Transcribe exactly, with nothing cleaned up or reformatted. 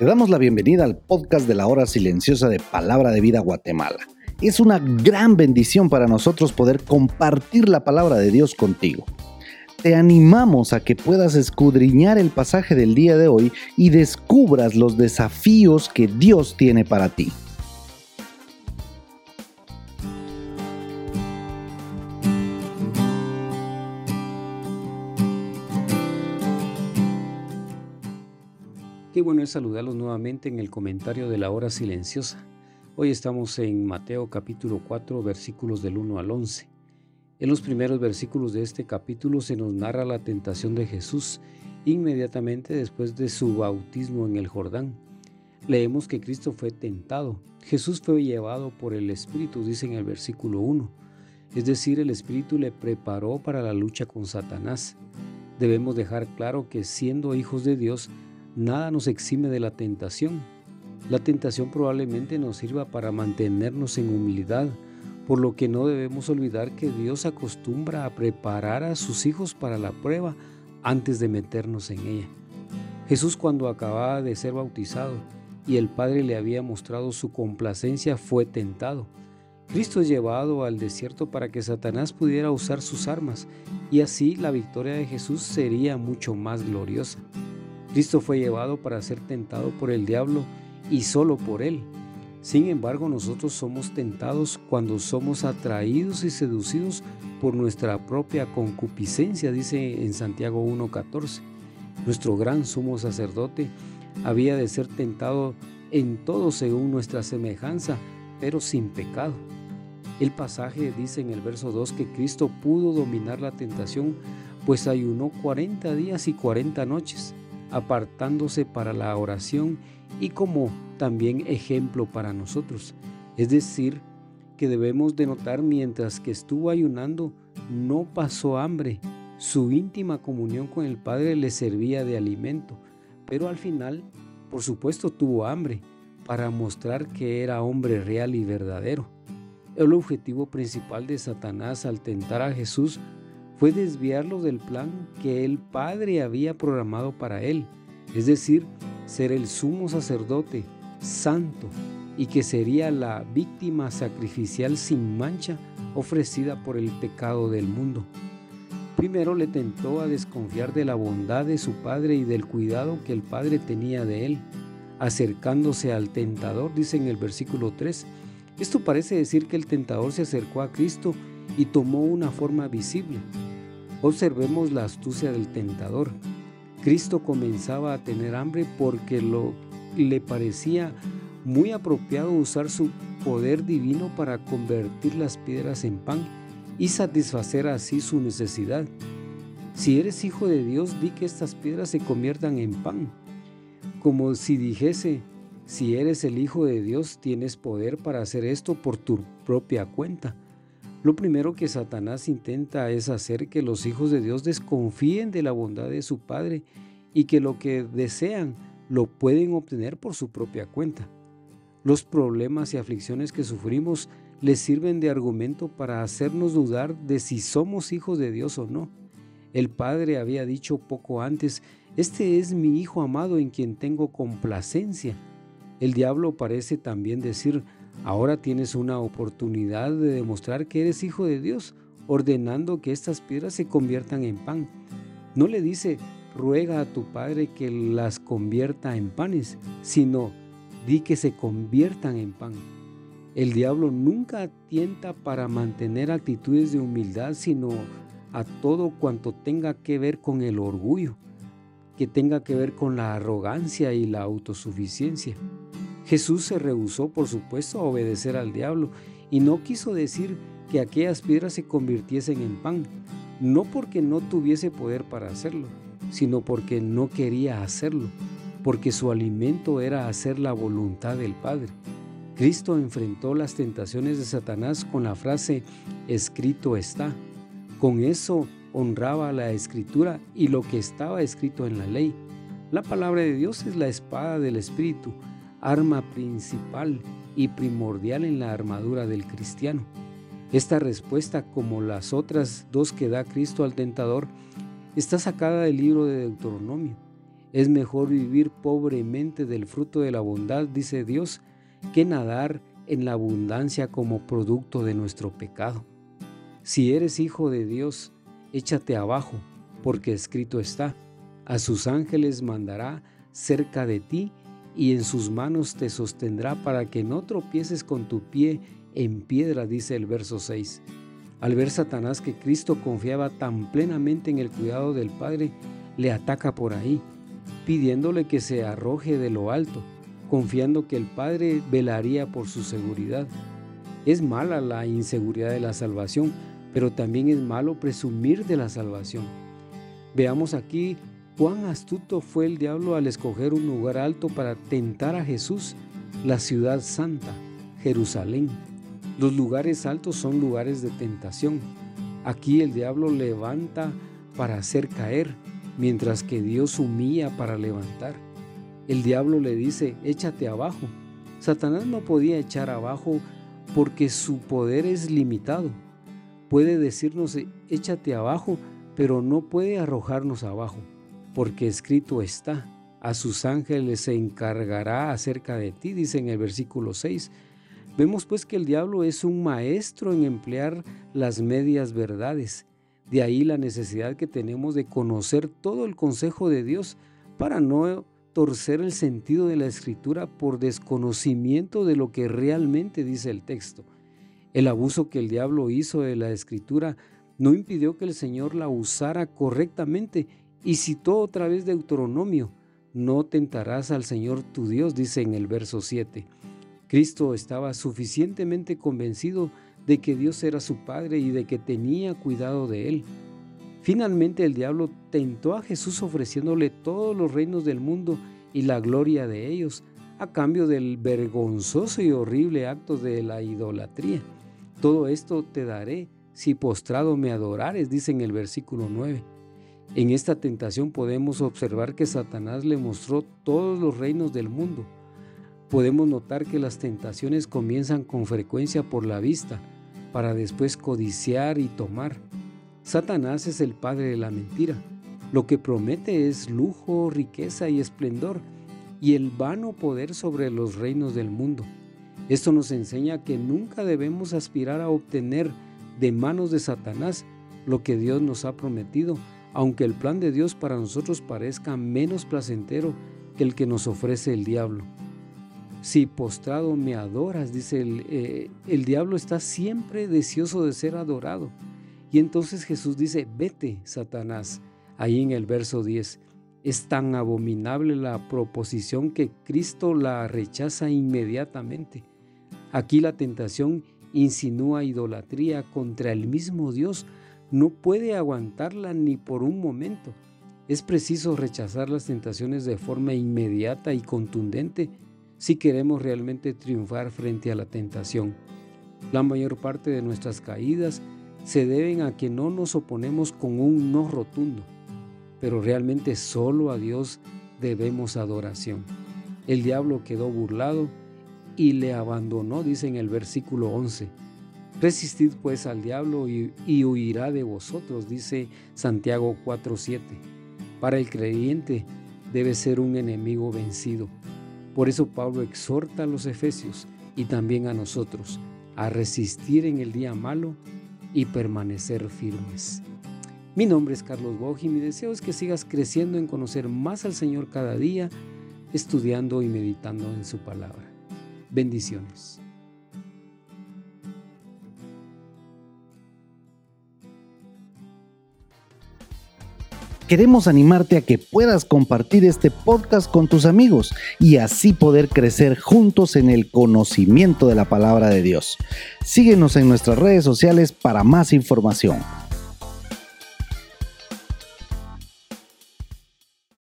damos la bienvenida al podcast de la Hora Silenciosa de Palabra de Vida Guatemala. Es una gran bendición para nosotros poder compartir la palabra de Dios contigo. Te animamos a que puedas escudriñar el pasaje del día de hoy y descubras los desafíos que Dios tiene para ti. Qué bueno es saludarlos nuevamente en el comentario de la Hora Silenciosa. Hoy estamos en Mateo capítulo cuatro, versículos del uno al once. En los primeros versículos de este capítulo se nos narra la tentación de Jesús inmediatamente después de su bautismo en el Jordán. Leemos que Cristo fue tentado. Jesús fue llevado por el Espíritu, dice en el versículo uno. Es decir, el Espíritu le preparó para la lucha con Satanás. Debemos dejar claro que siendo hijos de Dios, nada nos exime de la tentación. La tentación probablemente nos sirva para mantenernos en humildad, por lo que no debemos olvidar que Dios acostumbra a preparar a sus hijos para la prueba antes de meternos en ella. Jesús, cuando acababa de ser bautizado y el Padre le había mostrado su complacencia, fue tentado. Cristo es llevado al desierto para que Satanás pudiera usar sus armas, y así la victoria de Jesús sería mucho más gloriosa. Cristo fue llevado para ser tentado por el diablo y solo por él. Sin embargo, nosotros somos tentados cuando somos atraídos y seducidos por nuestra propia concupiscencia, dice en Santiago uno catorce. Nuestro gran sumo sacerdote había de ser tentado en todo según nuestra semejanza, pero sin pecado. El pasaje dice en el verso dos que Cristo pudo dominar la tentación, pues ayunó cuarenta días y cuarenta noches. Apartándose para la oración y como también ejemplo para nosotros. Es decir, que debemos de notar mientras que estuvo ayunando, no pasó hambre. Su íntima comunión con el Padre le servía de alimento, pero al final, por supuesto, tuvo hambre para mostrar que era hombre real y verdadero. El objetivo principal de Satanás al tentar a Jesús fue desviarlo del plan que el Padre había programado para él, es decir, ser el sumo sacerdote santo y que sería la víctima sacrificial sin mancha ofrecida por el pecado del mundo. Primero le tentó a desconfiar de la bondad de su Padre y del cuidado que el Padre tenía de él, acercándose al tentador, dice en el versículo tres. Esto parece decir que el tentador se acercó a Cristo y tomó una forma visible. Observemos la astucia del tentador. Cristo comenzaba a tener hambre porque lo, le parecía muy apropiado usar su poder divino para convertir las piedras en pan y satisfacer así su necesidad. Si eres hijo de Dios, di que estas piedras se conviertan en pan. Como si dijese, si eres el hijo de Dios, tienes poder para hacer esto por tu propia cuenta. Lo primero que Satanás intenta es hacer que los hijos de Dios desconfíen de la bondad de su Padre y que lo que desean lo pueden obtener por su propia cuenta. Los problemas y aflicciones que sufrimos les sirven de argumento para hacernos dudar de si somos hijos de Dios o no. El Padre había dicho poco antes, este es mi Hijo amado en quien tengo complacencia. El diablo parece también decir, ahora tienes una oportunidad de demostrar que eres hijo de Dios, ordenando que estas piedras se conviertan en pan. No le dice, ruega a tu Padre que las convierta en panes, sino di que se conviertan en pan. El diablo nunca tienta para mantener actitudes de humildad, sino a todo cuanto tenga que ver con el orgullo, que tenga que ver con la arrogancia y la autosuficiencia. Jesús se rehusó, por supuesto, a obedecer al diablo y no quiso decir que aquellas piedras se convirtiesen en pan, no porque no tuviese poder para hacerlo, sino porque no quería hacerlo, porque su alimento era hacer la voluntad del Padre. Cristo enfrentó las tentaciones de Satanás con la frase, escrito está. Con eso honraba la Escritura y lo que estaba escrito en la ley. La palabra de Dios es la espada del Espíritu, arma principal y primordial en la armadura del cristiano. Esta respuesta, como las otras dos que da Cristo al tentador, está sacada del libro de Deuteronomio. Es mejor vivir pobremente del fruto de la bondad, dice Dios, que nadar en la abundancia como producto de nuestro pecado. Si eres hijo de Dios, échate abajo, porque escrito está: a sus ángeles mandará cerca de ti, y en sus manos te sostendrá para que no tropieces con tu pie en piedra, dice el verso seis. Al ver Satanás que Cristo confiaba tan plenamente en el cuidado del Padre, le ataca por ahí, pidiéndole que se arroje de lo alto, confiando que el Padre velaría por su seguridad. Es mala la inseguridad de la salvación, pero también es malo presumir de la salvación. Veamos aquí cuán astuto fue el diablo al escoger un lugar alto para tentar a Jesús, la ciudad santa, Jerusalén. Los lugares altos son lugares de tentación. Aquí el diablo levanta para hacer caer, mientras que Dios humilla para levantar. El diablo le dice: échate abajo. Satanás no podía echar abajo porque su poder es limitado. Puede decirnos: échate abajo, pero no puede arrojarnos abajo, porque escrito está: a sus ángeles se encargará acerca de ti, dice en el versículo seis. Vemos pues que el diablo es un maestro en emplear las medias verdades. De ahí la necesidad que tenemos de conocer todo el consejo de Dios para no torcer el sentido de la Escritura por desconocimiento de lo que realmente dice el texto. El abuso que el diablo hizo de la Escritura no impidió que el Señor la usara correctamente y citó otra vez Deuteronomio: no tentarás al Señor tu Dios, dice en el verso siete. Cristo estaba suficientemente convencido de que Dios era su Padre y de que tenía cuidado de él. Finalmente el diablo tentó a Jesús ofreciéndole todos los reinos del mundo y la gloria de ellos, a cambio del vergonzoso y horrible acto de la idolatría. Todo esto te daré si postrado me adorares, dice en el versículo nueve. En esta tentación podemos observar que Satanás le mostró todos los reinos del mundo. Podemos notar que las tentaciones comienzan con frecuencia por la vista, para después codiciar y tomar. Satanás es el padre de la mentira. Lo que promete es lujo, riqueza y esplendor, y el vano poder sobre los reinos del mundo. Esto nos enseña que nunca debemos aspirar a obtener de manos de Satanás lo que Dios nos ha prometido, aunque el plan de Dios para nosotros parezca menos placentero que el que nos ofrece el diablo. Si postrado me adoras, dice el, eh, el diablo está siempre deseoso de ser adorado. Y entonces Jesús dice: vete, Satanás, ahí en el verso diez. Es tan abominable la proposición que Cristo la rechaza inmediatamente. Aquí la tentación insinúa idolatría contra el mismo Dios. No puede aguantarla ni por un momento. Es preciso rechazar las tentaciones de forma inmediata y contundente si queremos realmente triunfar frente a la tentación. La mayor parte de nuestras caídas se deben a que no nos oponemos con un no rotundo, pero realmente solo a Dios debemos adoración. El diablo quedó burlado y le abandonó, dice en el versículo once. Resistid pues al diablo y, y huirá de vosotros, dice Santiago cuatro siete. Para el creyente debe ser un enemigo vencido. Por eso Pablo exhorta a los efesios y también a nosotros a resistir en el día malo y permanecer firmes. Mi nombre es Carlos Boj y mi deseo es que sigas creciendo en conocer más al Señor cada día, estudiando y meditando en su palabra. Bendiciones. Queremos animarte a que puedas compartir este podcast con tus amigos y así poder crecer juntos en el conocimiento de la palabra de Dios. Síguenos en nuestras redes sociales para más información.